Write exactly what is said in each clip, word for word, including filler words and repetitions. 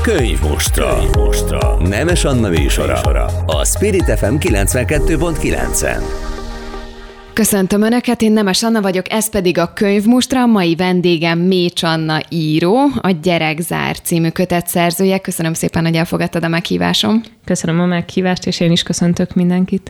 Könyvmustra. Könyvmustra. Nemes Anna műsora. A Spirit ef em kilencvenkettő pont kilencen. Köszöntöm Önöket, én Nemes Anna vagyok, ez pedig a Könyvmustra. Mai vendégem Mécs Anna író, a Gyerekzár című kötet szerzője. Köszönöm szépen, hogy elfogadtad a meghívásom. Köszönöm a meghívást, és én is köszöntök mindenkit.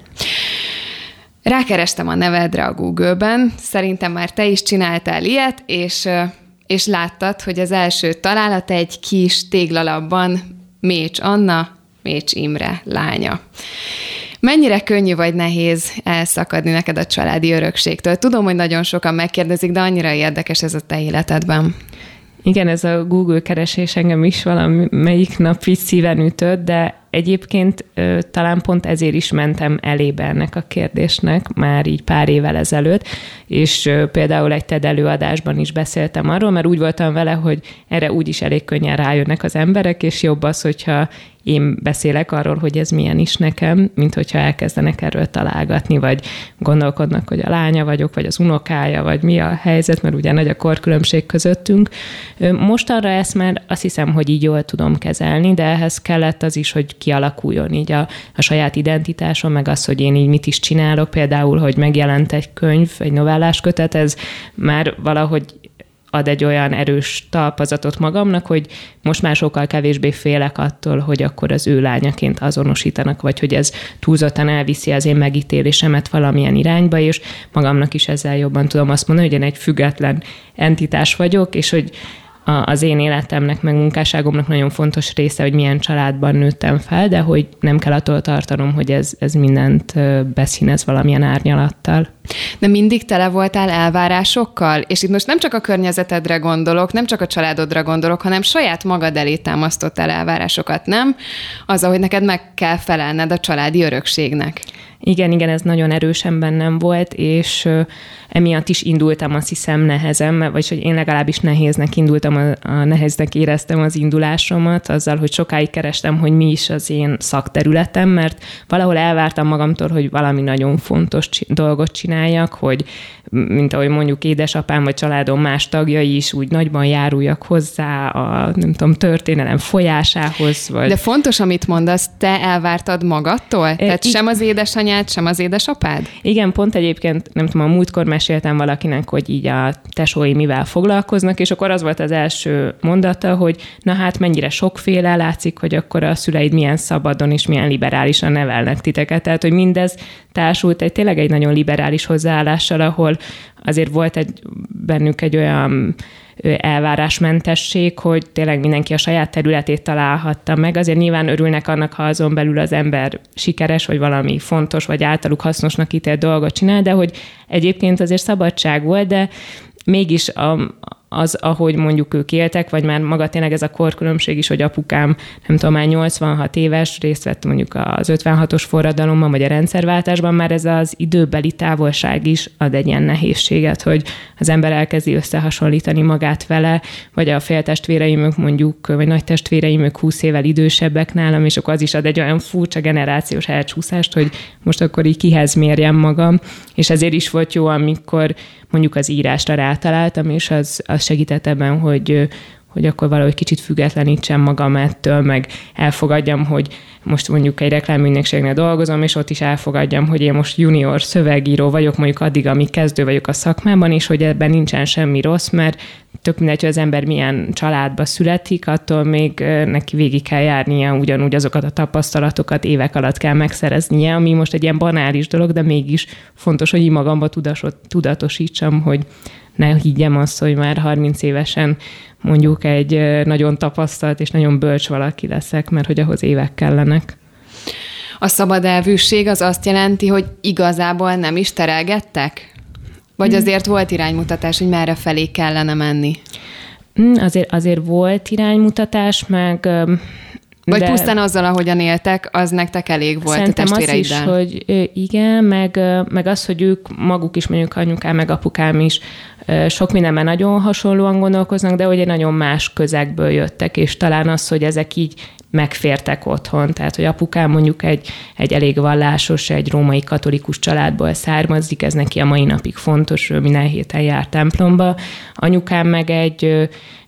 Rákerestem a nevedre a Google-ben, szerintem már te is csináltál ilyet, és, és láttad, hogy az első találat egy kis téglalapban Mécs Anna, Mécs Imre lánya. Mennyire könnyű vagy nehéz elszakadni neked a családi örökségtől? Tudom, hogy nagyon sokan megkérdezik, de annyira érdekes ez a te életedben. Igen, ez a Google keresés engem is valamelyik nap így szíven ütött, de egyébként talán pont ezért is mentem elébe ennek a kérdésnek már így pár évvel ezelőtt, és például egy TED előadásban is beszéltem arról, mert úgy voltam vele, hogy erre úgyis elég könnyen rájönnek az emberek, és jobb az, hogyha én beszélek arról, hogy ez milyen is nekem, mint hogyha elkezdenek erről találgatni, vagy gondolkodnak, hogy a lánya vagyok, vagy az unokája, vagy mi a helyzet, mert ugye nagy a korkülönbség közöttünk. Mostanra ezt már azt hiszem, hogy így jól tudom kezelni, de ehhez kellett az is, hogy kialakuljon így a, a saját identitásom, meg az, hogy én így mit is csinálok, például, hogy megjelent egy könyv, egy novellás kötet, ez már valahogy ad egy olyan erős talpazatot magamnak, hogy most már sokkal kevésbé félek attól, hogy akkor az ő lányaként azonosítanak, vagy hogy ez túlzottan elviszi az én megítélésemet valamilyen irányba, és magamnak is ezzel jobban tudom azt mondani, hogy én egy független entitás vagyok, és hogy az én életemnek, meg munkásságomnak nagyon fontos része, hogy milyen családban nőttem fel, de hogy nem kell attól tartanom, hogy ez, ez mindent beszínez valamilyen árnyalattal. De mindig tele voltál elvárásokkal? És itt most nem csak a környezetedre gondolok, nem csak a családodra gondolok, hanem saját magad elé támasztottál elvárásokat, nem? Az, hogy neked meg kell felelned a családi örökségnek. Igen, igen, ez nagyon erősen bennem volt, és emiatt is indultam, azt hiszem, nehezen, vagyis hogy én legalábbis nehéznek indultam, a, a nehéznek éreztem az indulásomat, azzal, hogy sokáig kerestem, hogy mi is az én szakterületem, mert valahol elvártam magamtól, hogy valami nagyon fontos dolgot csináljak, hogy mint ahogy mondjuk édesapám vagy családom más tagjai is úgy nagyban járuljak hozzá a, nem tudom, történelem folyásához. Vagy... De fontos, amit mondasz, te elvártad magadtól? E, Tehát i- sem az édesanyád, sem az édesapád? Igen, pont egyébként, nem tudom, a múltkor meséltem valakinek, hogy így a tesói mivel foglalkoznak, és akkor az volt az első mondata, hogy na hát mennyire sokféle, látszik, hogy akkor a szüleid milyen szabadon és milyen liberálisan nevelnek titeket. Tehát, hogy mindez társult egy tényleg egy nagyon liberális hozzáállással, ahol azért volt egy, bennük egy olyan elvárásmentesség, hogy tényleg mindenki a saját területét találhatta meg. Azért nyilván örülnek annak, ha azon belül az ember sikeres, vagy valami fontos, vagy általuk hasznosnak ítélt dolgot csinál, de hogy egyébként azért szabadság volt, de mégis a, az, ahogy mondjuk ők éltek, vagy már maga tényleg ez a korkülönbség is, hogy apukám, nem tudom, már nyolcvanhat éves, részt vett mondjuk az ötvenhatos forradalomban, vagy a rendszerváltásban, már ez az időbeli távolság is ad egy ilyen nehézséget, hogy az ember elkezdi összehasonlítani magát vele, vagy a féltestvéreimök mondjuk, vagy nagy testvéreimök húsz évvel idősebbek nálam, és akkor az is ad egy olyan furcsa generációs elcsúszást, hogy most akkor így kihez mérjem magam, és ezért is volt jó, amikor mondjuk az írásra rátaláltam, és az, az segített ebben, hogy, hogy akkor valahogy kicsit függetlenítsem magam ettől, meg elfogadjam, hogy most mondjuk egy reklámügynökségnél dolgozom, és ott is elfogadjam, hogy én most junior szövegíró vagyok, mondjuk addig, amíg kezdő vagyok a szakmában, és hogy ebben nincsen semmi rossz, mert tök mindegy, hogy az ember milyen családba születik, attól még neki végig kell járnia ugyanúgy azokat a tapasztalatokat évek alatt kell megszereznie, ami most egy ilyen banális dolog, de mégis fontos, hogy így magamba tudatosítsam, hogy ne higgyem azt, hogy már harminc évesen mondjuk egy nagyon tapasztalt és nagyon bölcs valaki leszek, mert hogy ahhoz évek kellenek. A szabad elvűség az azt jelenti, hogy igazából nem is terelgettek? Vagy azért volt iránymutatás, hogy merre felé kellene menni? Azért, azért volt iránymutatás, meg... Vagy de pusztán azzal, ahogyan éltek, az nektek elég volt a testvéreiddel? Szerintem az is, hogy igen, meg, meg az, hogy ők maguk is, mondjuk anyukám, meg apukám is sok mindenben nagyon hasonlóan gondolkoznak, de hogy nagyon más közegből jöttek, és talán az, hogy ezek így megfértek otthon. Tehát, hogy apukám mondjuk egy, egy elég vallásos, egy római katolikus családból származik, ez neki a mai napig fontos, ő minden héten jár templomba. Anyukám meg egy,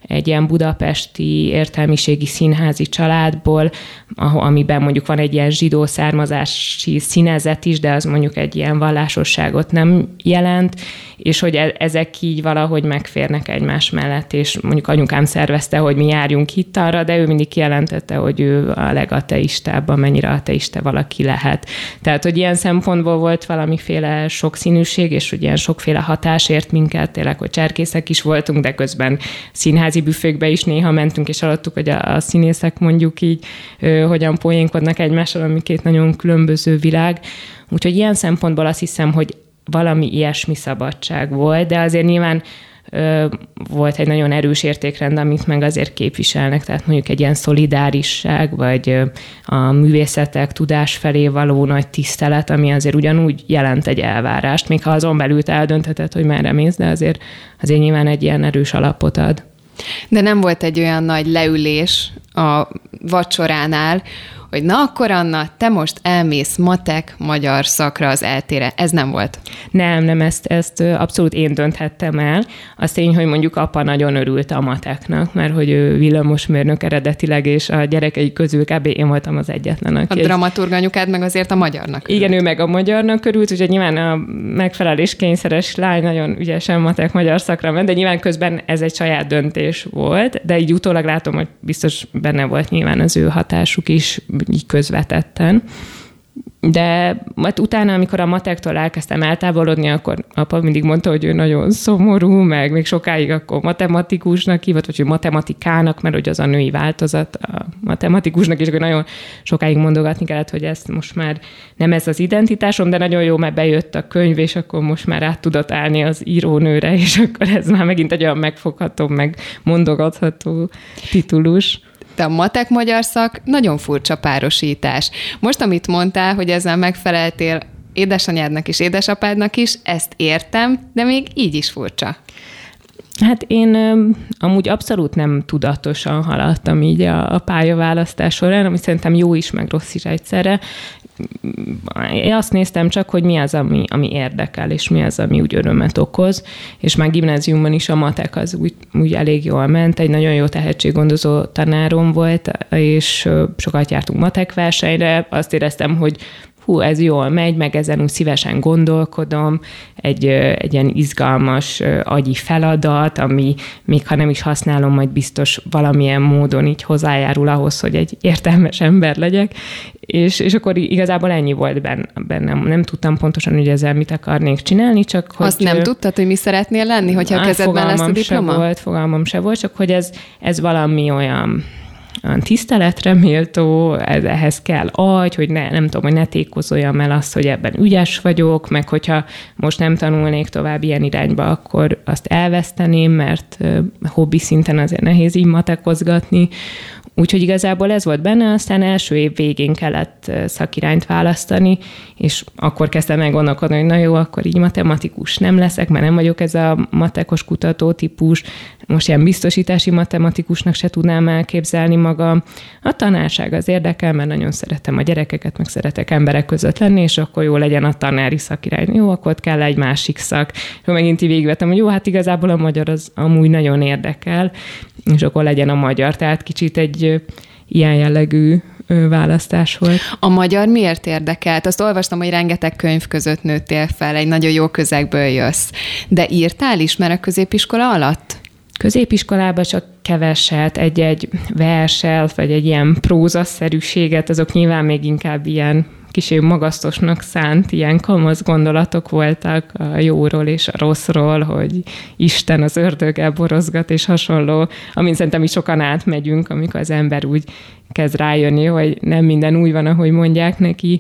egy ilyen budapesti értelmiségi színházi családból, amiben mondjuk van egy ilyen zsidó származási színezet is, de az mondjuk egy ilyen vallásosságot nem jelent, és hogy ezek így valahogy megférnek egymás mellett, és mondjuk anyukám szervezte, hogy mi járjunk hittalra, de ő mindig kijelentette, hogy ő a legateistább, amennyire ateista valaki lehet. Tehát, hogy ilyen szempontból volt valamiféle sokszínűség, és hogy ilyen sokféle hatás ért minket, tényleg, hogy cserkészek is voltunk, de közben színházi büfékbe is néha mentünk, és hallottuk, hogy a, a színészek mondjuk így ö, hogyan poénkodnak egymással, ami két nagyon különböző világ. Úgyhogy ilyen szempontból azt hiszem, hogy valami ilyesmi szabadság volt, de azért nyilván ö, volt egy nagyon erős értékrend, amit meg azért képviselnek, tehát mondjuk egy ilyen szolidárisság, vagy ö, a művészetek tudás felé való nagy tisztelet, ami azért ugyanúgy jelent egy elvárást, még ha azon belül te eldöntheted, hogy merre mész, de azért, azért nyilván egy ilyen erős alapot ad. De nem volt egy olyan nagy leülés a vacsoránál, hogy na akkor Anna, te most elmész matek magyar szakra az eltére. Ez nem volt. Nem, nem, ezt, ezt abszolút én dönthettem el. Az tény, hogy mondjuk apa nagyon örült a mateknak, mert hogy ő villamosmérnök eredetileg, és a gyerekei közül kb. Én voltam az egyetlen, aki... A dramaturg anyukád meg azért a magyarnak örült. Igen, ő meg a magyarnak örült, úgyhogy nyilván a megfelelés kényszeres lány nagyon ügyesen matek magyar szakra ment, de nyilván közben ez egy saját döntés volt, de így utólag látom, hogy biztos benne volt nyilván az ő hatásuk is, így közvetetten. De majd utána, amikor a matektól elkezdtem eltávolodni, akkor apa mindig mondta, hogy ő nagyon szomorú, meg még sokáig akkor matematikusnak hívott, vagy hogy matematikának, mert hogy az a női változat a matematikusnak, és akkor nagyon sokáig mondogatni kellett, hogy ezt most már nem ez az identitásom, de nagyon jó, mert bejött a könyv, és akkor most már át tudott állni az írónőre, és akkor ez már megint egy olyan megfogható, meg mondogatható titulus. De a matek magyar szak nagyon furcsa párosítás. Most, amit mondtál, hogy ezzel megfeleltél édesanyádnak és édesapádnak is, ezt értem, de még így is furcsa. Hát én um, amúgy abszolút nem tudatosan haladtam így a, a pályaválasztás során, ami szerintem jó is, meg rossz is egyszerre. Én azt néztem csak, hogy mi az, ami, ami érdekel, és mi az, ami úgy örömet okoz, és már gimnáziumban is a matek az úgy, úgy elég jól ment, egy nagyon jó tehetséggondozó tanárom volt, és sokat jártunk matek versenyre, azt éreztem, hogy hú, ez jól megy, meg ezen úgy szívesen gondolkodom, egy, egy ilyen izgalmas agyi feladat, ami még ha nem is használom, majd biztos valamilyen módon így hozzájárul ahhoz, hogy egy értelmes ember legyek, és, és akkor igazából ennyi volt bennem. Nem tudtam pontosan, hogy ezzel mit akarnék csinálni, csak hogy... Azt nem tudtad, hogy mi szeretnél lenni, hogyha a kezedben lesz a diploma? Se volt, fogalmam se volt, csak hogy ez, ez valami olyan... olyan tiszteletre méltó, ehhez kell agy, hogy ne, nem tudom, hogy ne tékozoljam el azt, hogy ebben ügyes vagyok, meg hogyha most nem tanulnék tovább ilyen irányba, akkor azt elveszteném, mert hobbi szinten azért nehéz így matekozgatni. Úgyhogy igazából ez volt benne, aztán első év végén kellett szakirányt választani, és akkor kezdtem el gondolkodni, hogy na jó, akkor így matematikus nem leszek, mert nem vagyok ez a matekos kutató típus, most ilyen biztosítási matematikusnak se tudnám elképzelni magam. A tanárság az érdekel, mert nagyon szeretem a gyerekeket, meg szeretek emberek között lenni, és akkor jó legyen a tanári szakirány. Jó, akkor ott kell egy másik szak. És megint így végigvettem, hogy jó, hát igazából a magyar az amúgy nagyon érdekel, és akkor legyen a magyar. Tehát kicsit egy ilyen jellegű választás volt. A magyar miért érdekelt? Azt olvastam, hogy rengeteg könyv között nőttél fel, egy nagyon jó közegből jössz. De írtál is már a középiskola alatt? Középiskolában csak keveset, egy-egy verset, vagy egy ilyen prózaszerűséget, azok nyilván még inkább ilyen kicsit magasztosnak szánt, ilyen kamasz gondolatok voltak a jóról és a rosszról, hogy Isten az ördöggel borozgat és hasonló, amin szerintem is sokan átmegyünk, amikor az ember úgy kezd rájönni, hogy nem minden úgy van, ahogy mondják neki,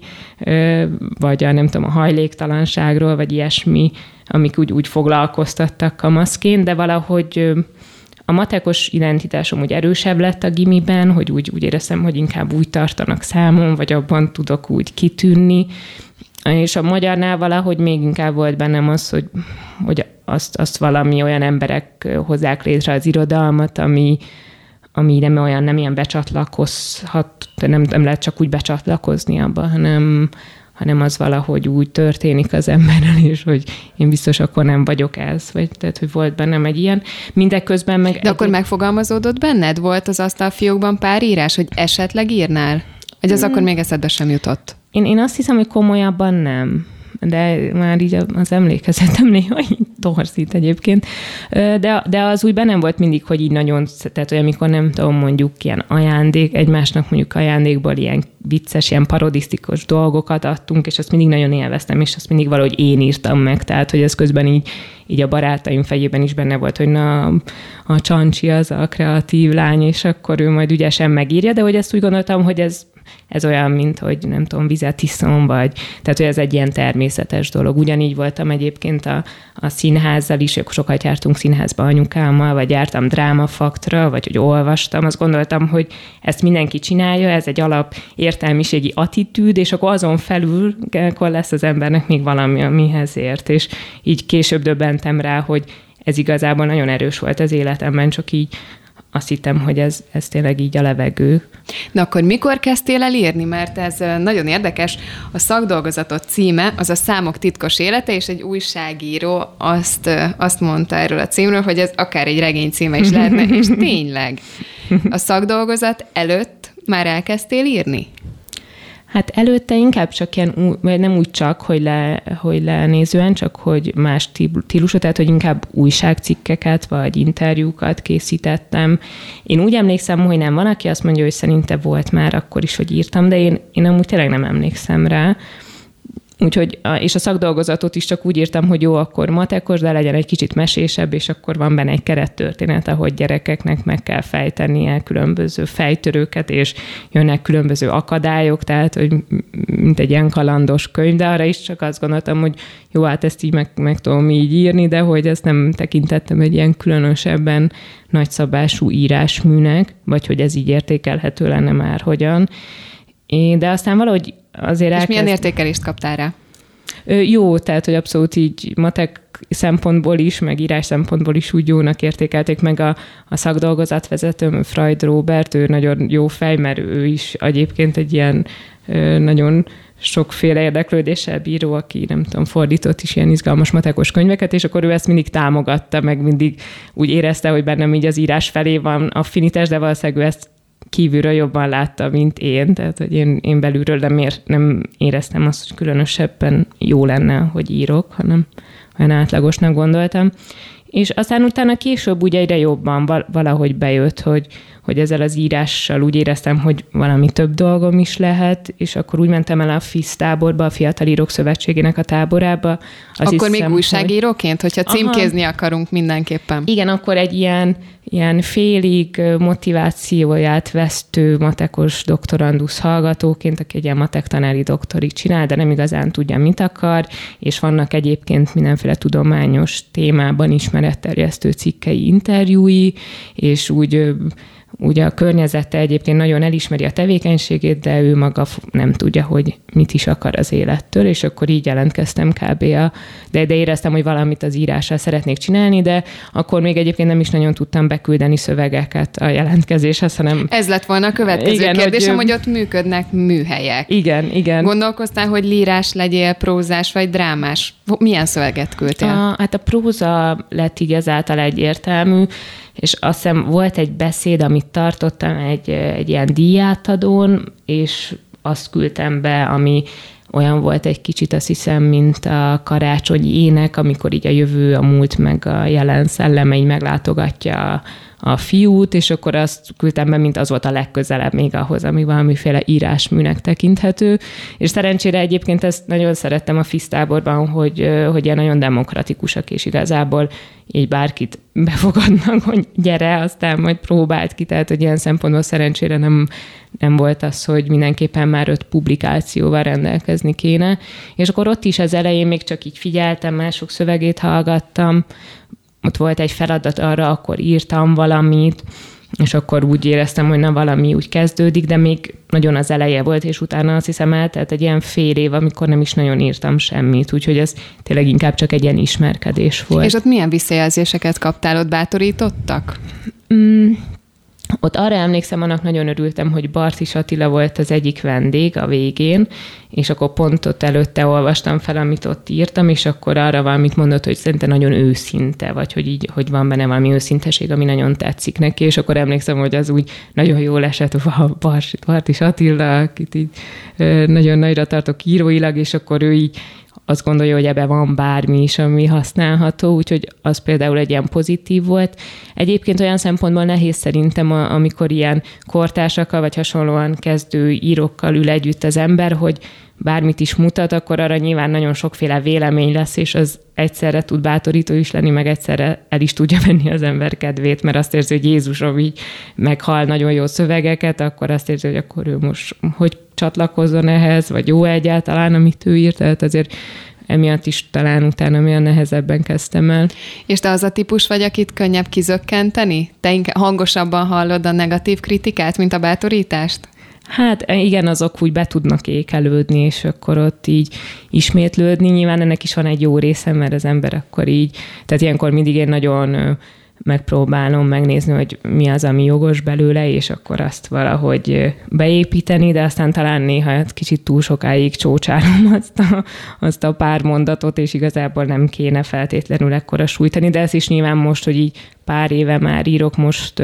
vagy a, nem tudom, a hajléktalanságról, vagy ilyesmi, amik úgy, úgy foglalkoztattak kamaszként, de valahogy a matekos identitásom úgy erősebb lett a gimiben, hogy úgy, úgy éreztem, hogy inkább úgy tartanak számon, vagy abban tudok úgy kitűnni. És a magyarnál valahogy még inkább volt bennem az, hogy, hogy azt, azt valami olyan emberek hozzák létre az irodalmat, ami, ami nem olyan, nem ilyen becsatlakozhat, nem, nem lehet csak úgy becsatlakozni abba, hanem, hanem az valahogy úgy történik az emberrel, és hogy én biztos akkor nem vagyok ez, vagy tehát, hogy volt bennem egy ilyen. Mindeközben meg... De akkor megfogalmazódott benned? Volt az asztalfiókban pár írás, hogy esetleg írnál? Vagy az hmm. akkor még eszedbe sem jutott? Én, én azt hiszem, hogy komolyabban nem. De már így az emlékezetem néha így torzít egyébként. De, de az úgy bennem volt mindig, hogy így nagyon, tehát hogy amikor nem tudom, mondjuk ilyen ajándék, egymásnak mondjuk ajándékból ilyen vicces, ilyen parodisztikus dolgokat adtunk, és azt mindig nagyon élveztem, és azt mindig valahogy én írtam meg, tehát hogy ez közben így, így a barátaim fejében is benne volt, hogy na, a Csancsi az a kreatív lány, és akkor ő majd ügyesen megírja, de hogy ezt úgy gondoltam, hogy ez Ez olyan, mint hogy nem tudom, vizet iszom, vagy tehát, hogy ez egy ilyen természetes dolog. Ugyanígy voltam egyébként a, a színházzal is, akkor sokat jártunk színházba anyukámmal, vagy jártam drámafaktra, vagy hogy olvastam. Azt gondoltam, hogy ezt mindenki csinálja, ez egy alap értelmiségi attitűd, és akkor azon felül akkor lesz az embernek még valami, amihez ért. És így később döbbentem rá, hogy ez igazából nagyon erős volt az életemben, csak így azt hittem, hogy ez, ez tényleg így a levegő. Na akkor mikor kezdtél el írni? Mert ez nagyon érdekes. A szakdolgozatot címe az a Számok titkos élete, és egy újságíró azt, azt mondta erről a címről, hogy ez akár egy regény címe is lehetne, és tényleg. A szakdolgozat előtt már elkezdtél írni? Hát előtte inkább csak ilyen, vagy nem úgy csak, hogy, le, hogy lenézően, csak hogy más stílusú, tehát hogy inkább újságcikkeket vagy interjúkat készítettem. Én úgy emlékszem, hogy nem, van, aki azt mondja, hogy szerinte volt már akkor is, hogy írtam, de én, én amúgy tényleg nem emlékszem rá. Úgyhogy, és a szakdolgozatot is csak úgy írtam, hogy jó, akkor matekos, de legyen egy kicsit mesésebb, és akkor van benne egy kerettörténet, ahogy gyerekeknek meg kell fejtenie különböző fejtörőket, és jönnek különböző akadályok, tehát, hogy mint egy ilyen kalandos könyv, de arra is csak azt gondoltam, hogy jó, hát ezt így meg, meg tudom így írni, de hogy ezt nem tekintettem egy ilyen különösebben nagyszabású írásműnek, vagy hogy ez így értékelhető lenne már hogyan. De aztán valahogy azért És elkezd... milyen értékelést kaptál rá? Jó, tehát, hogy abszolút így matek szempontból is, meg írás szempontból is úgy jónak értékelték, meg a, a szakdolgozatvezetőm, Freud Róbert, ő nagyon jó fej, mert ő is egyébként egy ilyen ö, nagyon sokféle érdeklődéssel bíró, aki nem tudom, fordított is ilyen izgalmas matekos könyveket, és akkor ő ezt mindig támogatta, meg mindig úgy érezte, hogy bennem így az írás felé van affinitás, de valószínűleg ő ezt kívülről jobban látta, mint én, tehát hogy én, én belülről nem, ér, nem éreztem azt, hogy különösebben jó lenne, hogy írok, hanem olyan átlagosnak gondoltam. És aztán utána később úgy egyre jobban valahogy bejött, hogy, hogy ezzel az írással úgy éreztem, hogy valami több dolgom is lehet, és akkor úgy mentem el a ef i es táborba, a Fiatal Írók Szövetségének a táborába. Az akkor hiszem, még újságíróként, hogy... hogyha címkézni Aha. akarunk mindenképpen. Igen, akkor egy ilyen, ilyen félig motivációját vesztő matekos doktorandusz hallgatóként, aki egy ilyen matek tanári doktorit csinál, de nem igazán tudja, mit akar, és vannak egyébként mindenféle tudományos témában ismeretterjesztő cikkei, interjúi, és úgy ugye a környezete egyébként nagyon elismeri a tevékenységét, de ő maga nem tudja, hogy mit is akar az élettől, és akkor így jelentkeztem kb. A, de, de éreztem, hogy valamit az írással szeretnék csinálni, de akkor még egyébként nem is nagyon tudtam beküldeni szövegeket a jelentkezéshez, hanem... Ez lett volna a következő igen, kérdésem, hogy, hogy ott működnek műhelyek. Igen, igen. Gondolkoztál, hogy lírás legyél, prózás vagy drámás? Milyen szöveget küldtél? A, hát a próza lett így ezáltal egyértelmű, és azt hiszem volt egy beszéd, amit tartottam egy, egy ilyen díjátadón, és azt küldtem be, ami olyan volt egy kicsit, azt hiszem, mint a karácsonyi ének, amikor így a jövő, a múlt, meg a jelen szelleme így meglátogatja a, a fiút, és akkor azt küldtem be, mint az volt a legközelebb még ahhoz, ami valamiféle írásműnek tekinthető. És szerencsére egyébként ezt nagyon szerettem a ef i es táborban, hogy, hogy ilyen nagyon demokratikusak, és igazából így bárkit befogadnak, hogy gyere, aztán majd próbáld ki, tehát hogy ilyen szempontból szerencsére nem, nem volt az, hogy mindenképpen már öt publikációval rendelkezni kéne. És akkor ott is az elején még csak így figyeltem, mások szövegét hallgattam, ott volt egy feladat arra, akkor írtam valamit, és akkor úgy éreztem, hogy na valami úgy kezdődik, de még nagyon az eleje volt, és utána azt hiszem eltelt egy ilyen fél év, amikor nem is nagyon írtam semmit, úgyhogy ez tényleg inkább csak egy ilyen ismerkedés volt. És ott milyen visszajelzéseket kaptál, ott bátorítottak? Mm, ott arra emlékszem, annak nagyon örültem, hogy Bartis Attila volt az egyik vendég a végén, és akkor pont ott előtte olvastam fel, amit ott írtam, és akkor arra valamit mondott, hogy szerintem nagyon őszinte, vagy hogy így, hogy van benne valami őszinteség, ami nagyon tetszik neki, és akkor emlékszem, hogy az úgy nagyon jól esett, hogy Bartis Attila, akit így nagyon nagyra tartok íróilag, és akkor ő így azt gondolja, hogy ebben van bármi is, ami használható, úgyhogy az például egy ilyen pozitív volt. Egyébként olyan szempontból nehéz szerintem, amikor ilyen kortársakkal, vagy hasonlóan kezdő írókkal ül együtt az ember, hogy bármit is mutat, akkor arra nyilván nagyon sokféle vélemény lesz, és az egyszerre tud bátorító is lenni, meg egyszerre el is tudja venni az ember kedvét, mert azt érzi, hogy Jézusom így meghal nagyon jó szövegeket, akkor azt érzi, hogy akkor ő most hogy csatlakozzon ehhez, vagy jó egyáltalán, amit ő írt, tehát azért emiatt is talán utána milyen nehezebben kezdtem el. És te az a típus vagy, akit könnyebb kizökkenteni? Te inkább hangosabban hallod a negatív kritikát, mint a bátorítást? Hát igen, azok úgy be tudnak ékelődni, és akkor ott így ismétlődni. Nyilván ennek is van egy jó része, mert az ember akkor így, tehát ilyenkor mindig én nagyon megpróbálom megnézni, hogy mi az, ami jogos belőle, és akkor azt valahogy beépíteni, de aztán talán néha kicsit túl sokáig csócsálom azt a, azt a pár mondatot, és igazából nem kéne feltétlenül ekkora sújtani, de ez is nyilván most, hogy így pár éve már írok, most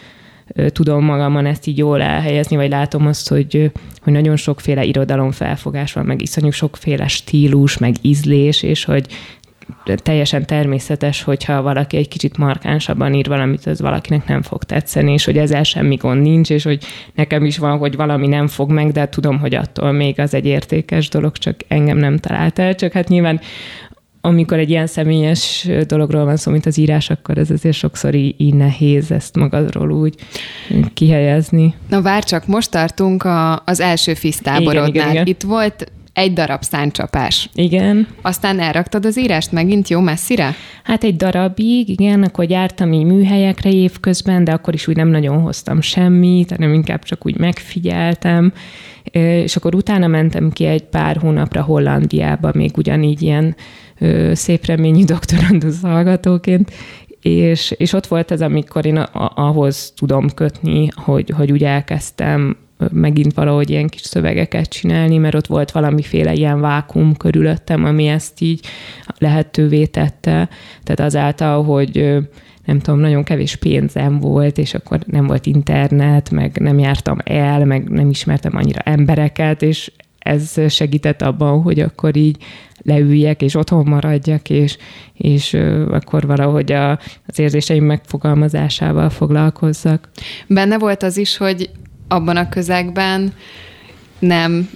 tudom magamon ezt így jól elhelyezni, vagy látom azt, hogy, hogy nagyon sokféle irodalomfelfogás van, meg iszonyú sokféle stílus, meg ízlés, és hogy teljesen természetes, hogyha valaki egy kicsit markánsabban ír valamit, az valakinek nem fog tetszeni, és hogy ezzel semmi gond nincs, és hogy nekem is van, hogy valami nem fog meg, de tudom, hogy attól még az egy értékes dolog, csak engem nem talált el, csak hát nyilván amikor egy ilyen személyes dologról van szó, mint az írás, akkor ez azért sokszor így, így nehéz ezt magadról úgy kihelyezni. Na várj csak, most tartunk a, az első fisztáborodnál. Igen, igen, igen. Itt volt egy darab száncsapás. Igen. Aztán elraktad az írást megint jó messzire? Hát egy darabig, igen, akkor jártam így műhelyekre évközben, de akkor is úgy nem nagyon hoztam semmit, hanem inkább csak úgy megfigyeltem, és akkor utána mentem ki egy pár hónapra Hollandiába, még ugyanígy ilyen szép reményű doktorandusz hallgatóként, és, és ott volt ez, amikor én ahhoz tudom kötni, hogy, hogy úgy elkezdtem megint valahogy ilyen kis szövegeket csinálni, mert ott volt valamiféle ilyen vákum körülöttem, ami ezt így lehetővé tette. Tehát azáltal, hogy nem tudom, nagyon kevés pénzem volt, és akkor nem volt internet, meg nem jártam el, meg nem ismertem annyira embereket, és ez segített abban, hogy akkor így leüljek, és otthon maradjak, és, és akkor valahogy a, az érzéseim megfogalmazásával foglalkozzak. Benne volt az is, hogy abban a közegben nem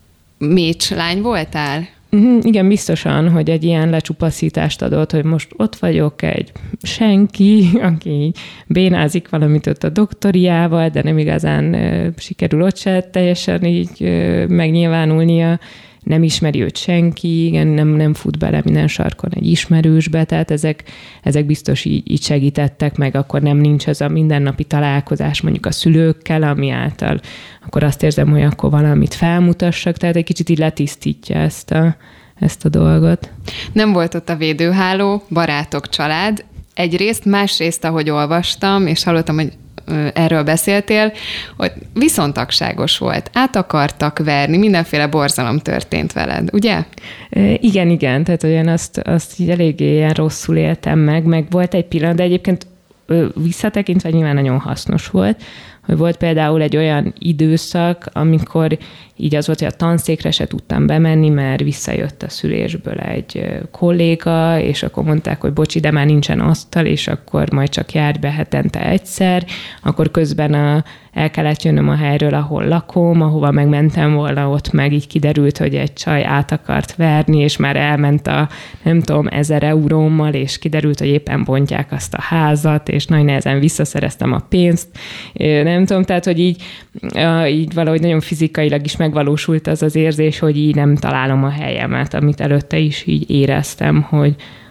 mécs lány voltál? Uh-huh, igen, biztosan, hogy egy ilyen lecsupaszítást adott, hogy most ott vagyok egy senki, aki bénázik valamit ott a doktoriával, de nem igazán uh, sikerül ott se teljesen így uh, megnyilvánulnia, nem ismeri őt senki, igen, nem, nem fut bele minden sarkon egy ismerősbe, tehát ezek, ezek biztos így, így segítettek, meg akkor nem nincs ez a mindennapi találkozás mondjuk a szülőkkel, ami által akkor azt érzem, hogy akkor valamit felmutassak, tehát egy kicsit így letisztítja ezt a, ezt a dolgot. Nem volt ott a védőháló, barátok, család, egyrészt, másrészt, ahogy olvastam, és hallottam, hogy erről beszéltél, hogy viszontagságos volt. Át akartak verni, mindenféle borzalom történt veled, ugye? Igen, igen, tehát olyan azt, azt így eléggé ilyen rosszul éltem meg, meg volt egy pillanat, de egyébként visszatekintve nyilván nagyon hasznos volt, hogy volt például egy olyan időszak, amikor így az volt, hogy a tanszékre se tudtam bemenni, mert visszajött a szülésből egy kolléga, és akkor mondták, hogy bocsi, de már nincsen asztal, és akkor majd csak jár be hetente egyszer. Akkor közben a, el kellett jönnöm a helyről, ahol lakom, ahova megmentem volna, ott meg így kiderült, hogy egy csaj át akart verni, és már elment a, nem tudom, ezer eurómmal, és kiderült, hogy éppen bontják azt a házat, és nagy nehezen visszaszereztem a pénzt. Nem tudom, tehát, hogy így, így valahogy nagyon fizikailag is megvalósult az az érzés, hogy így nem találom a helyemet, amit előtte is így éreztem, hogy,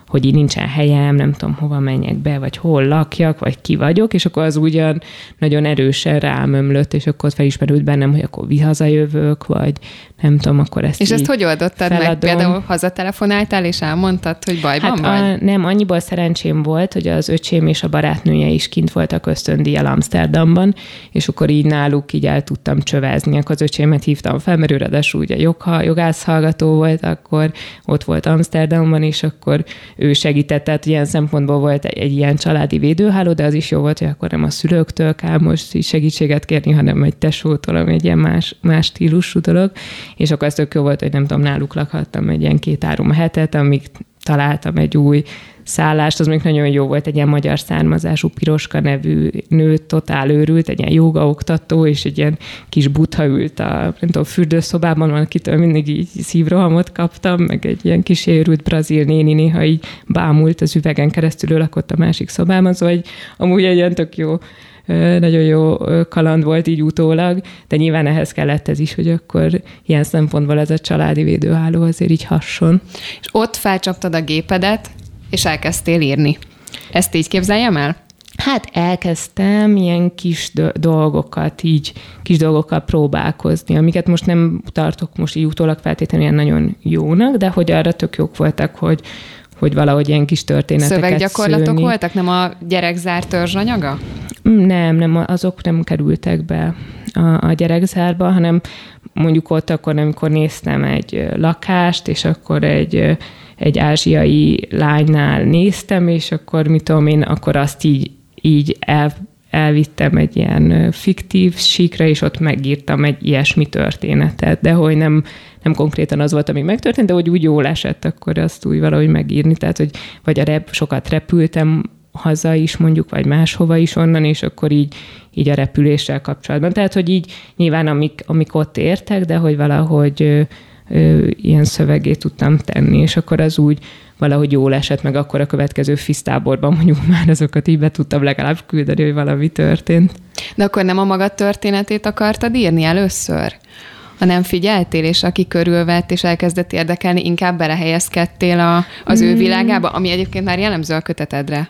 hogy így nincsen helyem, nem tudom, hova menjek be, vagy hol lakjak, vagy ki vagyok, és akkor az ugyan nagyon erősen rám ömlött, és akkor felismerült bennem, hogy akkor hazajövök, vagy nem tudom, akkor ezt És ezt hogy oldottad feladom. meg? Például hazatelefonáltál, és elmondtad, hogy bajban hát vagy? A, nem, annyiból szerencsém volt, hogy az öcsém és a barátnője is kint voltak ösztöndíjjal Amsterdamban, és akkor így náluk így el tudtam csövezni. Akkor az öcsémet hívtam fel, mert ő ráadásul ugye jogha, jogász hallgató volt, akkor ott volt Amsterdamban, és akkor ő segített, tehát ilyen szempontból volt egy, egy ilyen családi védőháló, de az is jó volt, hogy akkor nem a szülőktől kell most így segítséget kérni, hanem egy tesótól, ami egy ilyen más, más stílusú dolog. És akkor ez tök jó volt, hogy nem tudom, náluk lakhattam egy ilyen két-három hetet, amíg találtam egy új szállást, az még nagyon jó volt, egy ilyen magyar származású Piroska nevű nő, totál őrült, egy ilyen jógaoktató, és egy ilyen kis butha ült a, nem tudom, fürdőszobában, van, akitől mindig így szívrohamot kaptam, meg egy ilyen kis őrült brazil néni néha így bámult az üvegen keresztül, ő lakott a másik szobában, szóval egy, amúgy egy ilyen tök jó, nagyon jó kaland volt így utólag, de nyilván ehhez kellett ez is, hogy akkor ilyen szempontból ez a családi védőháló azért így hasson. És ott felcsaptad a gépedet, és elkezdtél írni. Ezt így képzeljem el? Hát elkezdtem ilyen kis dolgokat, így kis dolgokkal próbálkozni, amiket most nem tartok most így utólag feltétlenül ilyen nagyon jónak, de hogy arra tök jók voltak, hogy hogy valahogy ilyen kis történeteket Szöveggyakorlatok szőni. voltak? Nem a gyerekzár törzsanyaga? Nem, nem, azok nem kerültek be a, a gyerekzárba, hanem mondjuk ott akkor, amikor néztem egy lakást, és akkor egy, egy ázsiai lánynál néztem, és akkor mit tudom én, akkor azt így, így el, elvittem egy ilyen fiktív síkra, és ott megírtam egy ilyesmi történetet, de hogy nem, nem konkrétan az volt, ami megtörtént, de hogy úgy jól esett, akkor azt úgy valahogy megírni, tehát hogy vagy a rep, sokat repültem haza is mondjuk, vagy máshova is onnan, és akkor így, így a repüléssel kapcsolatban. Tehát, hogy így nyilván amik, amik ott értek, de hogy valahogy ö, ö, ilyen szövegé tudtam tenni, és akkor az úgy valahogy jól esett, meg akkor a következő fisztáborban mondjuk már azokat így be tudtam legalább küldeni, hogy valami történt. De akkor nem a magad történetét akartad írni először? hanem figyeltél, és aki körülvett, és elkezdett érdekelni, inkább belehelyezkedtél a, az mm. ő világába, ami egyébként már jellemző a kötetedre?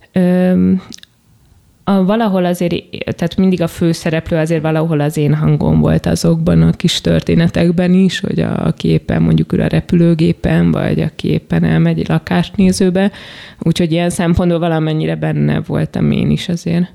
Öm, a, valahol azért, tehát mindig a főszereplő azért valahol az én hangom volt azokban a kis történetekben is, hogy a, aki éppen mondjuk ül a repülőgépen, vagy aki éppen elmegy lakásnézőbe, úgyhogy ilyen szempontból valamennyire benne voltam én is azért.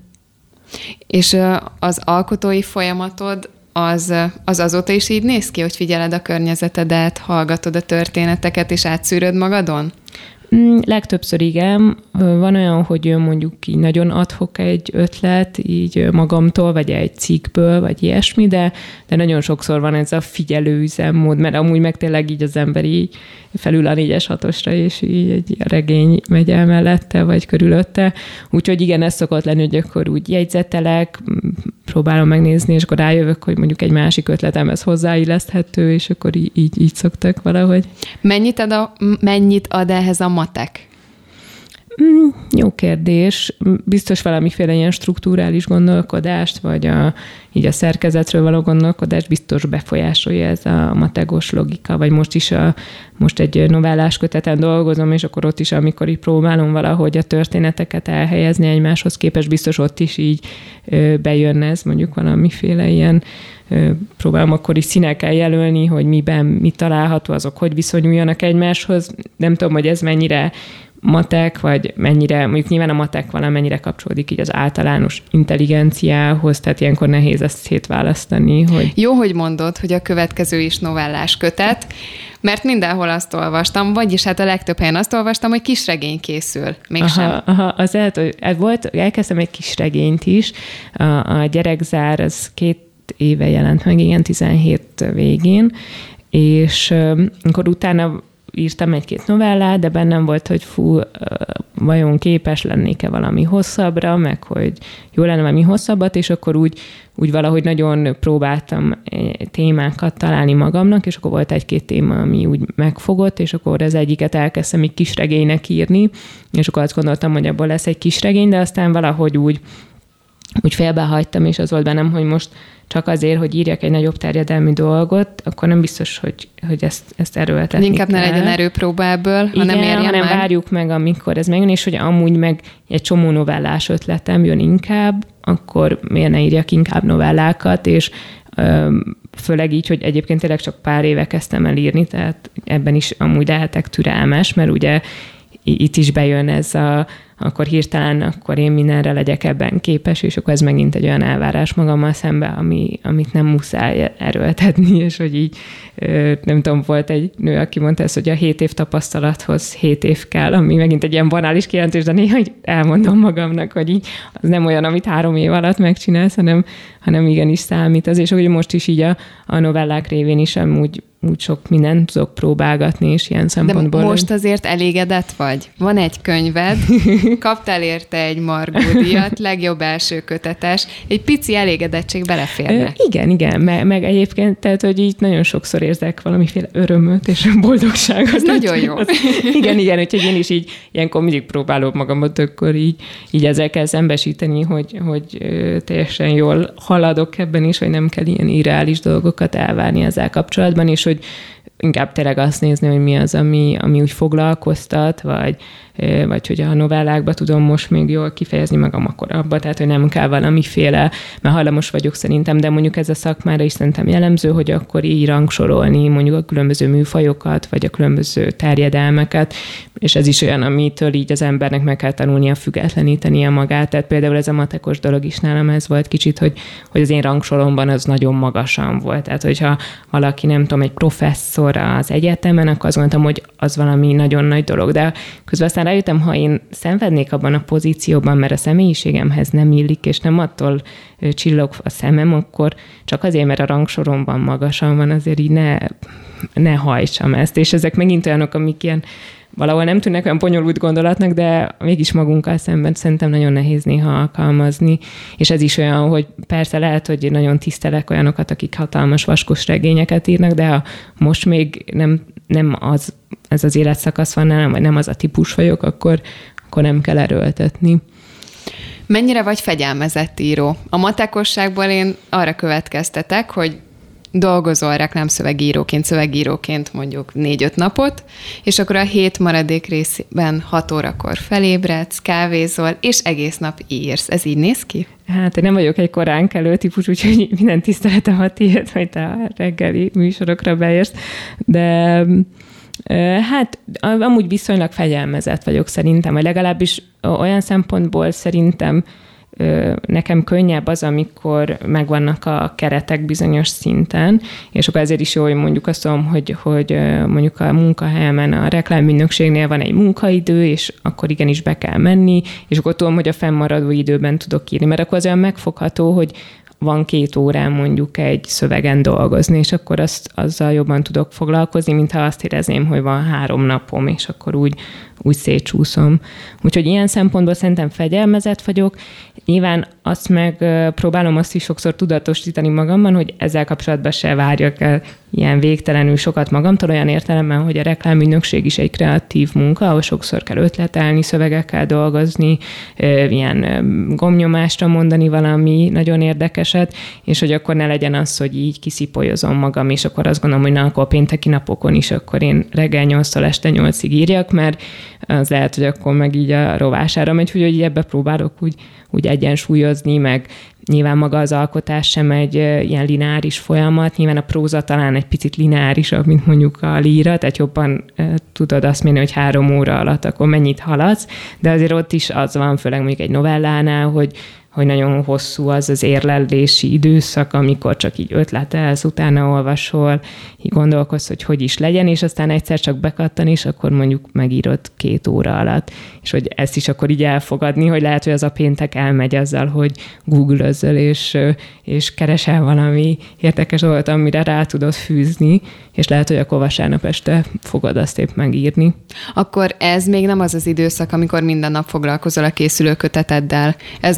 És az alkotói folyamatod az, az azóta is így néz ki, hogy figyeled a környezetedet, hallgatod a történeteket, és átszűröd magadon? Legtöbbször igen. Van olyan, hogy mondjuk így nagyon ad-hoc egy ötlet, így magamtól, vagy egy cikkből, vagy ilyesmi, de, de nagyon sokszor van ez a figyelő üzemmód, mert amúgy meg tényleg így az ember így felül a négyes hatosra, és így egy regény megy el mellette, vagy körülötte. Úgyhogy igen, ez szokott lenni, hogy akkor úgy jegyzetelek, próbálom megnézni, és akkor rájövök, hogy mondjuk egy másik ötletemhez hozzáilleszthető, és akkor így, így, így szoktak valahogy. Mennyit ad, a, mennyit ad ehhez a matek? Mm, jó kérdés. Biztos valamiféle ilyen strukturális gondolkodást, vagy a, így a szerkezetről való gondolkodást biztos befolyásolja ez a mategos logika, vagy most is a, most egy novellás köteten dolgozom, és akkor ott is, amikor így próbálom valahogy a történeteket elhelyezni egymáshoz képest, biztos ott is így ö, bejön ez, mondjuk valamiféle ilyen ö, próbálom akkor is színekkel jelölni, hogy miben mi található, azok hogy viszonyuljanak egymáshoz. Nem tudom, hogy ez mennyire matek, vagy mennyire, mondjuk nyilván a matek valamennyire kapcsolódik így az általános intelligenciához, tehát ilyenkor nehéz ezt szétválasztani. Hogy... Jó, hogy mondod, hogy a következő is novellás kötet, mert mindenhol azt olvastam, vagyis hát a legtöbb helyen azt olvastam, hogy kisregény készül. Mégsem. Aha, aha, az lehet, hogy volt, elkezdtem egy kisregényt is, a, a Gyerekzár, az két éve jelent meg, igen, tizenhét végén, és amikor utána írtam egy-két novellát, de bennem volt, hogy fú, vajon képes lennék-e valami hosszabbra, meg hogy jó lenne valami hosszabbat, és akkor úgy, úgy valahogy nagyon próbáltam témákat találni magamnak, és akkor volt egy-két téma, ami úgy megfogott, és akkor az egyiket elkezdtem egy kisregénynek írni, és akkor azt gondoltam, hogy abból lesz egy kisregény, de aztán valahogy úgy úgy félbehagytam, és az volt bennem, hogy most csak azért, hogy írjak egy nagyobb terjedelmű dolgot, akkor nem biztos, hogy, hogy ezt, ezt erőltetni Inkább kell. ne legyen erőpróba ebből, Igen, hanem érjen hanem már. várjuk meg, amikor ez megjön, és hogy amúgy meg egy csomó novellás ötletem jön inkább, akkor miért ne írjak inkább novellákat, és öm, főleg így, hogy egyébként tényleg csak pár éve kezdtem el írni, tehát ebben is amúgy lehetek türelmes, mert ugye itt is bejön ez a, akkor hirtelen, akkor én mindenre legyek ebben képes, és akkor ez megint egy olyan elvárás magammal szembe, ami, amit nem muszáj erőltetni, és hogy így, nem tudom, volt egy nő, aki mondta ezt, hogy a hét év tapasztalathoz hét év kell, ami megint egy ilyen banális kijelentés, de néha elmondom magamnak, hogy így az nem olyan, amit három év alatt megcsinálsz, hanem, hanem igenis számít az, és hogy most is így a, a novellák révén is amúgy úgy sok mindent tudok próbálgatni, és ilyen szempontból. De most azért elégedett vagy? Van egy könyved, kaptál érte egy Margó díjat, legjobb első kötetes, egy pici elégedettség beleférne. Igen, igen, meg, meg egyébként, tehát, hogy így nagyon sokszor érzek valamiféle örömöt és boldogságot. Ez nagyon jó. Az, igen, igen, úgyhogy én is így ilyenkor mindig próbálom magamat akkor így, így ezzel kell szembesíteni, hogy, hogy teljesen jól haladok ebben is, hogy nem kell ilyen irreális dolgokat elvárni ezzel kapcsolatban, és hogy inkább tényleg azt nézni, hogy mi az, ami, ami úgy foglalkoztat, vagy, vagy hogy a novellákban tudom most még jól kifejezni magam akkor abba, tehát hogy nem kell valamiféle, mert hajlamos vagyok szerintem, de mondjuk ez a szakmára is szerintem jellemző, hogy akkor így rangsorolni mondjuk a különböző műfajokat, vagy a különböző terjedelmeket, és ez is olyan, amitől így az embernek meg kell tanulnia függetlenítenie magát. Tehát például ez a matekos dolog is nálam ez volt kicsit, hogy, hogy az én rangsoromban az nagyon magasan volt. Tehát, hogyha valaki, nem tudom, egy professzor az egyetemen, akkor azt gondoltam, hogy az valami nagyon nagy dolog. De közben aztán rájöttem, ha én szenvednék abban a pozícióban, mert a személyiségemhez nem illik, és nem attól csillog a szemem, akkor csak azért, mert a rangsoromban magasan van, azért így ne, ne hajtsam ezt. És ezek megint olyanok, amik ilyen valahol nem tűnnek olyan bonyolult gondolatnak, de mégis magunkkal szemben szerintem nagyon nehéz néha alkalmazni. És ez is olyan, hogy persze lehet, hogy nagyon tisztelek olyanokat, akik hatalmas vaskos regényeket írnak, de ha most még nem, nem az, ez az életszakasz van nálam, vagy nem az a típus vagyok, akkor, akkor nem kell erőltetni. Mennyire vagy fegyelmezett író? A matekosságból én arra következtetek, hogy dolgozol reklámszövegíróként, szövegíróként mondjuk négy-öt napot, és akkor a hét maradék részben hat órakor felébredsz, kávézol, és egész nap írsz. Ez így néz ki? Hát én nem vagyok egy korán kelő típus, úgyhogy minden tiszteletem a tiéd, hogy te a reggeli műsorokra beérsz, de hát amúgy viszonylag fegyelmezett vagyok szerintem, vagy legalábbis olyan szempontból szerintem nekem könnyebb az, amikor megvannak a keretek bizonyos szinten, és akkor ezért is jó, hogy mondjuk azt mondom, hogy, hogy mondjuk a munkahelyemen, a reklámügynökségnél van egy munkaidő, és akkor igenis be kell menni, és akkor tudom, hogy a fennmaradó időben tudok írni, mert akkor az olyan megfogható, hogy van két órán mondjuk egy szövegen dolgozni, és akkor azt, azzal jobban tudok foglalkozni, mintha azt érezném, hogy van három napom, és akkor úgy, úgy szétcsúszom. Úgyhogy ilyen szempontból szerintem fegyelmezett vagyok. Nyilván azt meg próbálom azt is sokszor tudatosítani magamban, hogy ezzel kapcsolatban se várjak el ilyen végtelenül sokat magamtól, olyan értelemben, hogy a reklámügynökség is egy kreatív munka, ahol sokszor kell ötletelni, szövegekkel dolgozni, ilyen gomnyomásra mondani valami nagyon érdekeset, és hogy akkor ne legyen az, hogy így kiszipolyozom magam, és akkor azt gondolom, hogy na, akkor a pénteki napokon is akkor én reggel nyolctól este nyolcig írjak, mert az lehet, hogy akkor meg így a rovására megy, hogy ebbe próbálok úgy, úgy egyensúlyozni, meg nyilván maga az alkotás sem egy ilyen lineáris folyamat, nyilván a próza talán egy picit lineárisabb, mint mondjuk a líra, tehát jobban e, tudod azt mondani, hogy három óra alatt akkor mennyit haladsz, de azért ott is az van, főleg mondjuk egy novellánál, hogy hogy nagyon hosszú az az érlelési időszak, amikor csak így ötletelsz, utána olvasol, így gondolkozz, hogy hogy is legyen, és aztán egyszer csak bekattan, és akkor mondjuk megírod két óra alatt. És hogy ezt is akkor így elfogadni, hogy lehet, hogy az a péntek elmegy azzal, hogy googlözöl, és, és keresel valami érdekes dolgot, amire rá tudod fűzni, és lehet, hogy akkor vasárnap este fogod azt épp megírni. Akkor ez még nem az az időszak, amikor minden nap foglalkozol a készülő köteteddel. Ez most még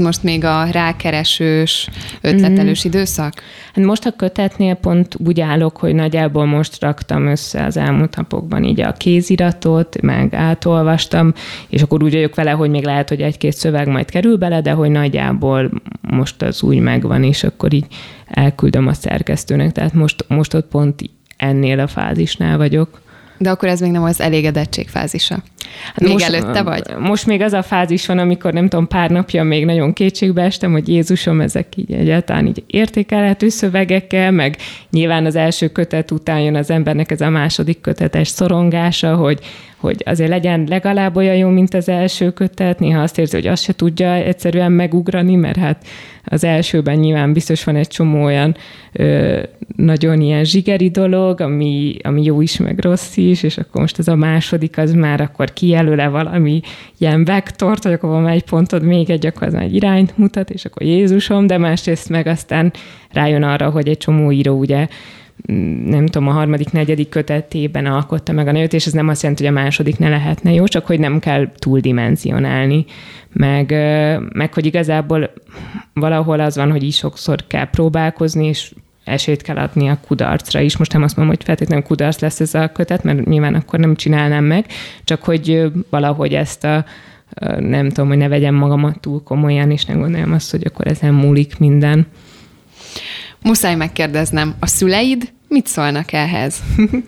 a rákeresős, ötletelős mm. időszak? Hát most a kötetnél pont úgy állok, hogy nagyjából most raktam össze az elmúlt napokban így a kéziratot, meg átolvastam, és akkor úgy vagyok vele, hogy még lehet, hogy egy-két szöveg majd kerül bele, de hogy nagyjából most az úgy megvan, és akkor így elküldöm a szerkesztőnek, tehát most, most ott pont ennél a fázisnál vagyok. De akkor ez még nem az elégedettség fázisa. Hát még most, előtte vagy? Most még az a fázis van, amikor nem tudom, pár napja még nagyon kétségbe estem, hogy Jézusom, ezek így egyáltalán így értékelhető szövegekkel, meg nyilván az első kötet után jön az embernek ez a második kötetes szorongása, hogy, hogy azért legyen legalább olyan jó, mint az első kötet. Néha azt érzi, hogy azt se tudja egyszerűen megugrani, mert hát az elsőben nyilván biztos van egy csomó olyan ö, nagyon ilyen zsigeri dolog, ami, ami jó is, meg rossz is, és akkor most ez a második, az már akkor kijelöle valami ilyen vektort, hogy akkor van egy pontod, még egy, akkor az egy irányt mutat, és akkor Jézusom, de másrészt meg aztán rájön arra, hogy egy csomó író ugye nem tudom, a harmadik, negyedik kötetében alkotta meg a nőt, és ez nem azt jelenti, hogy a második ne lehetne jó, csak hogy nem kell túldimenzionálni. Meg, meg hogy igazából valahol az van, hogy is sokszor kell próbálkozni, és esélyt kell adni a kudarcra is. Most nem azt mondom, hogy feltétlenül kudarc lesz ez a kötet, mert nyilván akkor nem csinálnám meg, csak hogy valahogy ezt a nem tudom, hogy ne vegyem magamat túl komolyan, és ne gondoljam azt, hogy akkor ezen múlik minden. Muszáj megkérdeznem, a szüleid mit szólnak ehhez?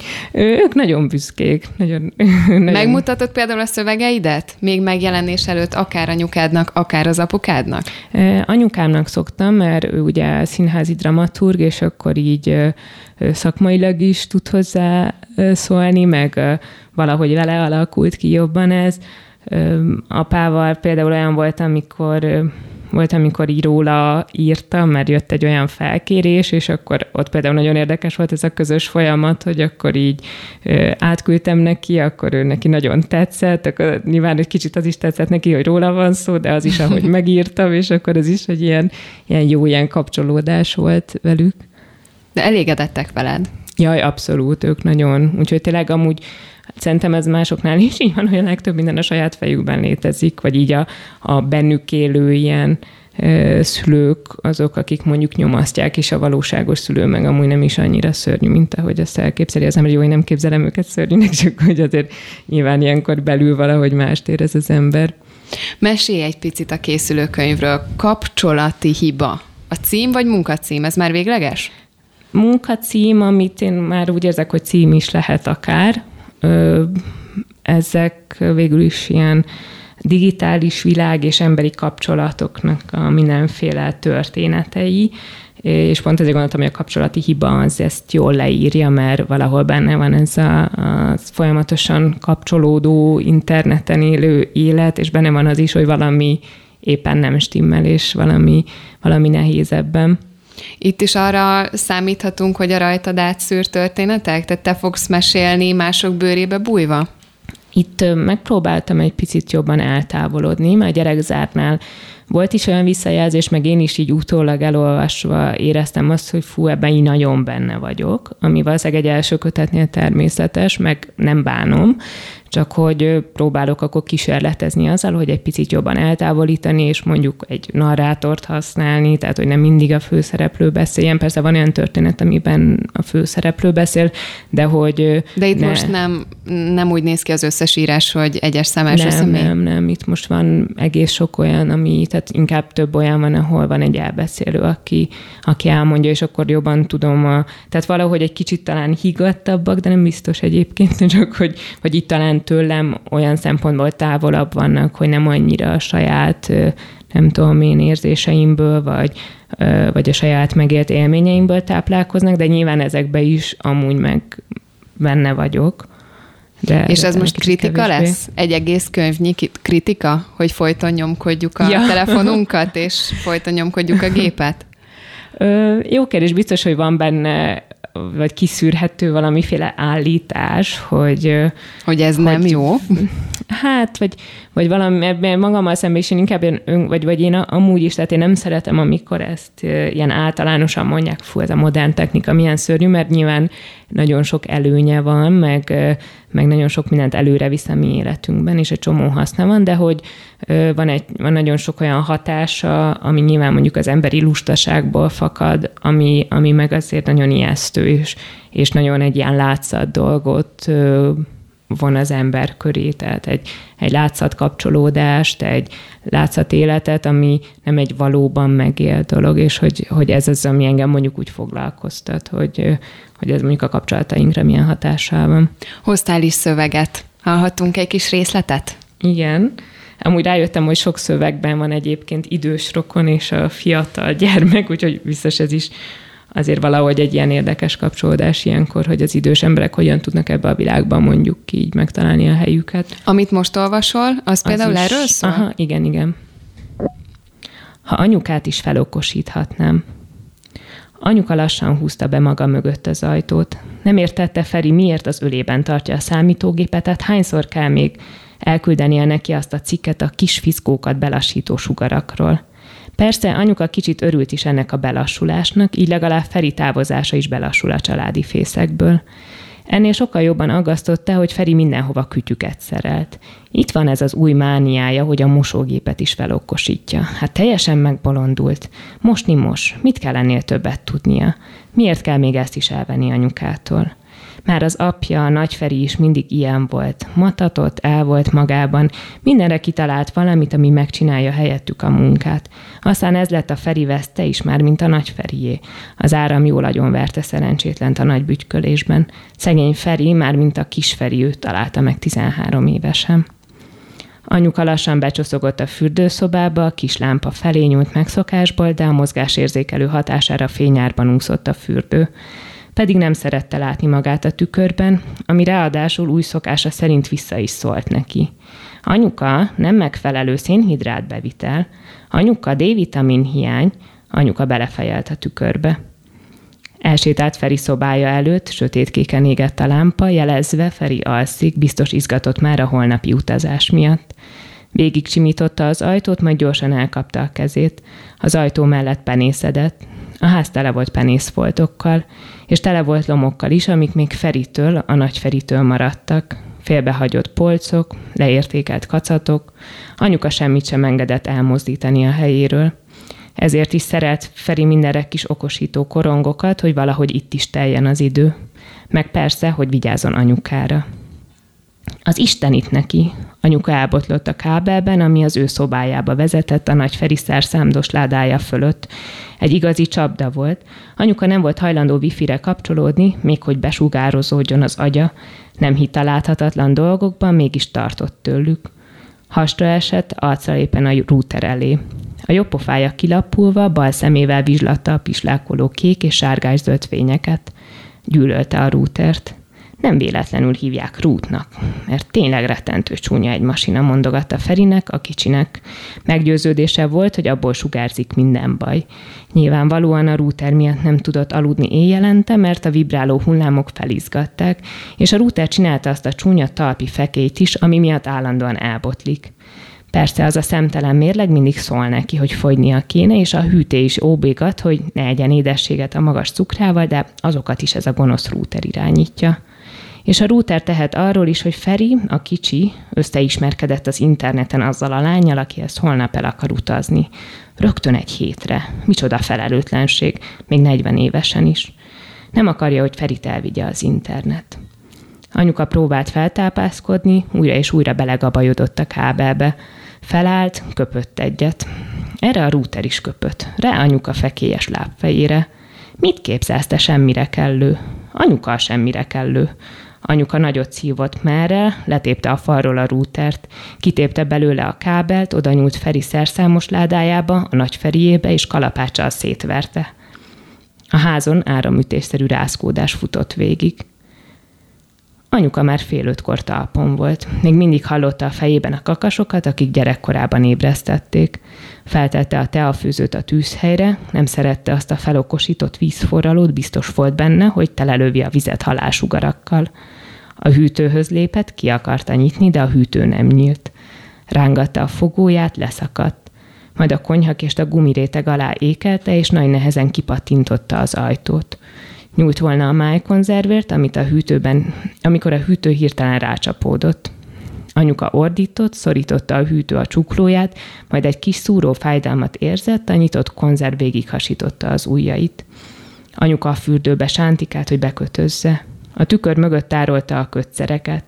Ők nagyon büszkék. Nagyon, nagyon... Megmutatod például a szövegeidet? Még megjelenés előtt akár anyukádnak, akár az apukádnak? Anyukámnak szoktam, mert ő ugye színházi dramaturg, és akkor így szakmailag is tud hozzá szólni, meg valahogy vele alakult ki jobban ez. Apával például olyan volt, amikor Volt, amikor íróla írtam, mert jött egy olyan felkérés, és akkor ott például nagyon érdekes volt ez a közös folyamat, hogy akkor így ö, átküldtem neki, akkor ő neki nagyon tetszett, akkor nyilván egy kicsit az is tetszett neki, hogy róla van szó, de az is, ahogy megírtam, és akkor ez is egy ilyen, ilyen jó ilyen kapcsolódás volt velük. De elégedettek veled? Jaj, abszolút, ők nagyon. Úgyhogy tényleg amúgy szerintem ez másoknál is így van, hogy a legtöbb minden a saját fejükben létezik, vagy így a, a bennük élő ilyen ö, szülők azok, akik mondjuk nyomasztják, és a valóságos szülő meg amúgy nem is annyira szörnyű, mint ahogy azt elképzeli az ember. Jó, én nem képzelem őket szörnyűnek, csak hogy azért nyilván ilyenkor belül valahogy mást érez az ember. Mesélj egy picit a készülőkönyvről. Kapcsolati hiba. A cím vagy munkacím? Ez már végleges? Munkacím, amit én már úgy érzek, hogy cím is lehet akár. Ö, ezek végül is ilyen digitális világ és emberi kapcsolatoknak a mindenféle történetei, és pont ezért gondoltam, hogy a kapcsolati hiba az ezt jól leírja, mert valahol benne van ez a, a folyamatosan kapcsolódó, interneten élő élet, és benne van az is, hogy valami éppen nem stimmel, és valami, valami nehéz ebben. Itt is arra számíthatunk, hogy a rajtad átszűrt történetek? Tehát te fogsz mesélni mások bőrébe bújva? Itt megpróbáltam egy picit jobban eltávolodni, mert a gyerekzártnál volt is olyan visszajelzés, meg én is így utólag elolvasva éreztem azt, hogy fú, ebben így nagyon benne vagyok, ami valószínűleg egy első kötetnél természetes, meg nem bánom, csak hogy próbálok akkor kísérletezni azzal, hogy egy picit jobban eltávolítani, és mondjuk egy narrátort használni, tehát hogy nem mindig a főszereplő beszéljen. Persze van olyan történet, amiben a főszereplő beszél, de hogy... De itt ne... most nem, nem úgy néz ki az összes írás, hogy egyes szám első személy? Nem, nem, itt most van egész sok olyan, ami, tehát inkább több olyan van, ahol van egy elbeszélő, aki, aki elmondja, és akkor jobban tudom, a, tehát valahogy egy kicsit talán higgadtabbak, de nem biztos egyébként, csak hogy, hogy itt talán tőlem olyan szempontból távolabb vannak, hogy nem annyira a saját, nem tudom én, érzéseimből, vagy, vagy a saját megélt élményeimből táplálkoznak, de nyilván ezekbe is amúgy meg benne vagyok. De és ez most kritika kevésbé. Lesz? Egy egész könyvnyi kritika? Hogy folyton nyomkodjuk a ja. telefonunkat, és folyton nyomkodjuk a gépet? Ö, jó kérdés, biztos, hogy van benne vagy kiszűrhető valamiféle állítás, hogy... Hogy ez hogy, nem jó? Hát, vagy, vagy valami, ebben magammal szemben is én inkább, ön, vagy, vagy én amúgy is, tehát én nem szeretem, amikor ezt ilyen általánosan mondják, fú, ez a modern technika milyen szörnyű, mert nyilván nagyon sok előnye van, meg, meg nagyon sok mindent előre visz a mi életünkben, és egy csomó haszna van, de hogy van, egy, van nagyon sok olyan hatása, ami nyilván mondjuk az emberi lustaságból fakad, ami, ami meg azért nagyon ijesztő, és, és nagyon egy ilyen látszat dolgot von az ember köré, tehát egy, egy látszat kapcsolódást, egy látszat életet, ami nem egy valóban megélt dolog, és hogy, hogy ez az, ami engem mondjuk úgy foglalkoztat, hogy, hogy ez mondjuk a kapcsolatainkra milyen hatással van. Hoztál is szöveget. Hallhattunk egy kis részletet? Igen. Amúgy rájöttem, hogy sok szövegben van egyébként idős rokon és a fiatal gyermek, úgyhogy biztos ez is azért valahogy egy ilyen érdekes kapcsolódás ilyenkor, hogy az idős emberek hogyan tudnak ebbe a világban mondjuk így megtalálni a helyüket. Amit most olvasol, az, az például is, erről szól? Aha, igen, igen. Ha anyukát is felokosíthatnám. Anyuka lassan húzta be maga mögött az ajtót. Nem értette Feri, miért az ölében tartja a számítógépet, tehát hányszor kell még elküldenie neki azt a cikket a kis fiszkókat belassító sugarakról. Persze anyuka kicsit örült is ennek a belassulásnak, így legalább Feri távozása is belassul a családi fészekből. Ennél sokkal jobban aggasztotta, hogy Feri mindenhova kütyüket szerelt. Itt van ez az új mániája, hogy a mosógépet is felokkosítja. Hát teljesen megbolondult. Mosni mos. Mit kell ennél többet tudnia? Miért kell még ezt is elvenni anyukától? Már az apja, a Nagyferi is mindig ilyen volt. Matatott, el volt magában, mindenre kitalált valamit, ami megcsinálja helyettük a munkát. Aztán ez lett a Feri veszte is már, mint a Nagyferié. Az áram jól agyonverte szerencsétlent a nagy bütykölésben. Szegény Feri, már mint a kis Feri, őt találta meg tizenhárom évesen. Anyuka lassan becsoszogott a fürdőszobába, a kis lámpa felé nyúlt megszokásból, de a mozgásérzékelő hatására fényárban úszott a fürdő. Pedig nem szerette látni magát a tükörben, ami ráadásul új szokása szerint vissza is szólt neki. Anyuka, nem megfelelő szénhidrát bevitel, anyuka, D-vitamin hiány, anyuka belefejelt a tükörbe. Elsétált Feri szobája előtt, sötétkéken égett a lámpa, jelezve Feri alszik, biztos izgatott már a holnapi utazás miatt. Végig csimította az ajtót, majd gyorsan elkapta a kezét. Az ajtó mellett penészedett. A ház tele volt penészfoltokkal, és tele volt lomokkal is, amik még Feritől, a Nagyferitől maradtak. Félbehagyott polcok, leértékelt kacatok, anyuka semmit sem engedett elmozdítani a helyéről. Ezért is szerelt Feri mindenre kis okosító korongokat, hogy valahogy itt is teljen az idő. Meg persze, hogy vigyázzon anyukára. Az Isten itt neki. Anyuka elbotlott a kábelben, ami az ő szobájába vezetett a Nagyferi szerszámdos ládája fölött. Egy igazi csapda volt. Anyuka nem volt hajlandó wifire kapcsolódni, még hogy besugározódjon az agya. Nem hitt a láthatatlan dolgokban, mégis tartott tőlük. Hasra esett, arccal éppen a rúter elé. A jobb pofája kilapulva, bal szemével vizslatta a pislákoló kék és sárgás-zöld fényeket. Gyűlölte a rútert. Nem véletlenül hívják rútnak, mert tényleg rettentő csúnya egy masina, mondogatta Ferinek, a kicsinek. Meggyőződése volt, hogy abból sugárzik minden baj. Nyilvánvalóan a rúter miatt nem tudott aludni éjjelente, mert a vibráló hullámok felizgatták, és a rúter csinálta azt a csúnya talpi fekélyt is, ami miatt állandóan elbotlik. Persze az a szemtelen mérleg mindig szól neki, hogy fogynia kéne, és a hűté is óbégat, hogy ne egyen édességet a magas cukrával, de azokat is ez a gonosz rúter irányítja. És a rúter tehet arról is, hogy Feri, a kicsi, összeismerkedett az interneten azzal a lánnyal, akihez holnap el akar utazni. Rögtön egy hétre. Micsoda felelőtlenség, még negyven évesen is. Nem akarja, hogy Ferit elvigye az internet. Anyuka próbált feltápászkodni, újra és újra belegabajodott a kábelbe. Felállt, köpött egyet. Erre a rúter is köpött, rá anyuka fekélyes lábfejére. Mit képzelsz, te semmire kellő? Anyuka a semmire kellő. Anyuka nagyot szívott merrel, letépte a falról a rútert, kitépte belőle a kábelt, oda nyúlt Feri szerszámos ládájába, a Nagyferiébe, és kalapáccsal szétverte. A házon áramütésszerű rázkódás futott végig. Anyuka már fél ötkor talpon volt. Még mindig hallotta a fejében a kakasokat, akik gyerekkorában ébresztették. Feltette a teafőzőt a tűzhelyre, nem szerette azt a felokosított vízforralót, biztos volt benne, hogy telelövi a vizet halálsugarakkal. A hűtőhöz lépett, ki akarta nyitni, de a hűtő nem nyílt. Rángatta a fogóját, leszakadt. Majd a konyhakést a gumiréteg alá ékelte, és nagy nehezen kipattintotta az ajtót. Nyújt volna a májkonzervért, amit a hűtőben, amikor a hűtő hirtelen rácsapódott. Anyuka ordított, szorította a hűtő a csuklóját, majd egy kis szúró fájdalmat érzett, a nyitott konzerv végighasította az ujjait. Anyuka a fürdőbe sántikált, hogy bekötözze. A tükör mögött tárolta a kötszereket.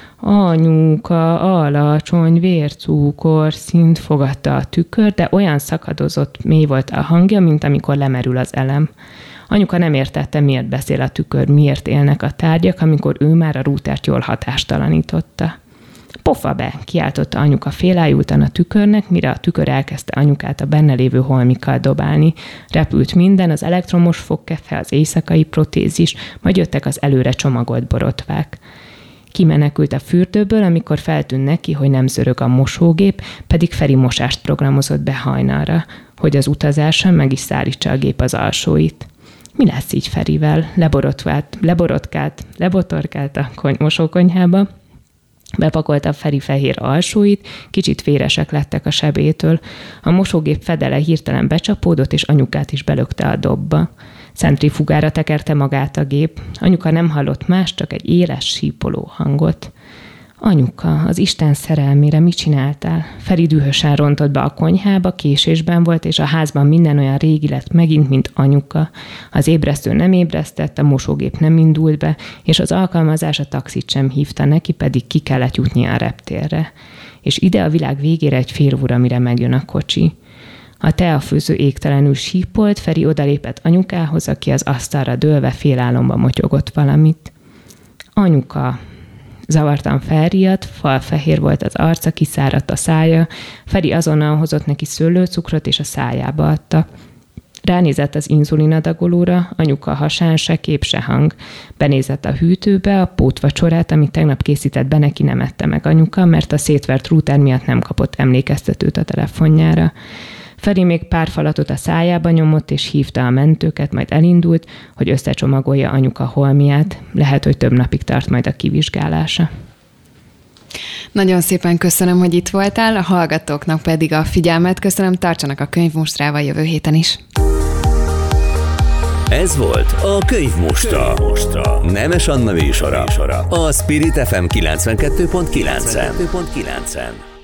Anyuka, alacsony vércukor szint fogadta a tükör, de olyan szakadozott, mély volt a hangja, mint amikor lemerül az elem. Anyuka nem értette, miért beszél a tükör, miért élnek a tárgyak, amikor ő már a rútert jól hatástalanította. Pofa be, kiáltotta anyuka félájultan a tükörnek, mire a tükör elkezdte anyukát a benne lévő holmikkal dobálni. Repült minden, az elektromos fogkefe, az éjszakai protézis, majd jöttek az előre csomagolt borotvák. Kimenekült a fürdőből, amikor feltűnt neki, hogy nem zörög a mosógép, pedig Feri mosást programozott be hajnalra, hogy az utazáson meg is szárítsa a gép az alsóit. Mi lesz így Ferivel? Leborotvált, leborotkált, lebotorkált a kony- mosókonyhába, bepakolta Feri fehér alsóit, kicsit véresek lettek a sebétől. A mosógép fedele hirtelen becsapódott, és anyukát is belökte a dobba. Centrifugára tekerte magát a gép. Anyuka nem hallott más, csak egy éles, sípoló hangot. Anyuka, az Isten szerelmére mit csináltál? Feri dühösen rontott be a konyhába, késésben volt, és a házban minden olyan régi lett megint, mint anyuka. Az ébresztő nem ébresztett, a mosógép nem indult be, és az alkalmazás a taxit sem hívta neki, pedig ki kellett jutnia a reptérre. És ide a világ végére egy fél óra, mire megjön a kocsi. A teafőző égtelenül sípolt, Feri odalépett anyukához, aki az asztalra dőlve félálomba motyogott valamit. Anyuka, zavartan felriadt, falfehér volt az arca, kiszáradt a szája. Feri azonnal hozott neki szőlőcukrot, és a szájába adta. Ránézett az inzulinadagolóra, anyuka hasán se kép, se hang. Benézett a hűtőbe, a pótvacsorát, amit tegnap készített be, neki nem ette meg anyuka, mert a szétvert rúter miatt nem kapott emlékeztetőt a telefonjára. Feri még pár falatot a szájába nyomott, és hívta a mentőket, majd elindult, hogy összecsomagolja anyuka holmiát. Lehet, hogy több napig tart majd a kivizsgálása. Nagyon szépen köszönöm, hogy itt voltál, a hallgatóknak pedig a figyelmet köszönöm, tartsanak a Könyvmustrával jövő héten is. Ez volt a Könyvmustra. Könyvmustra. Nemes Anna műsora. A Spirit ef em kilencvenkettő pont kilencen.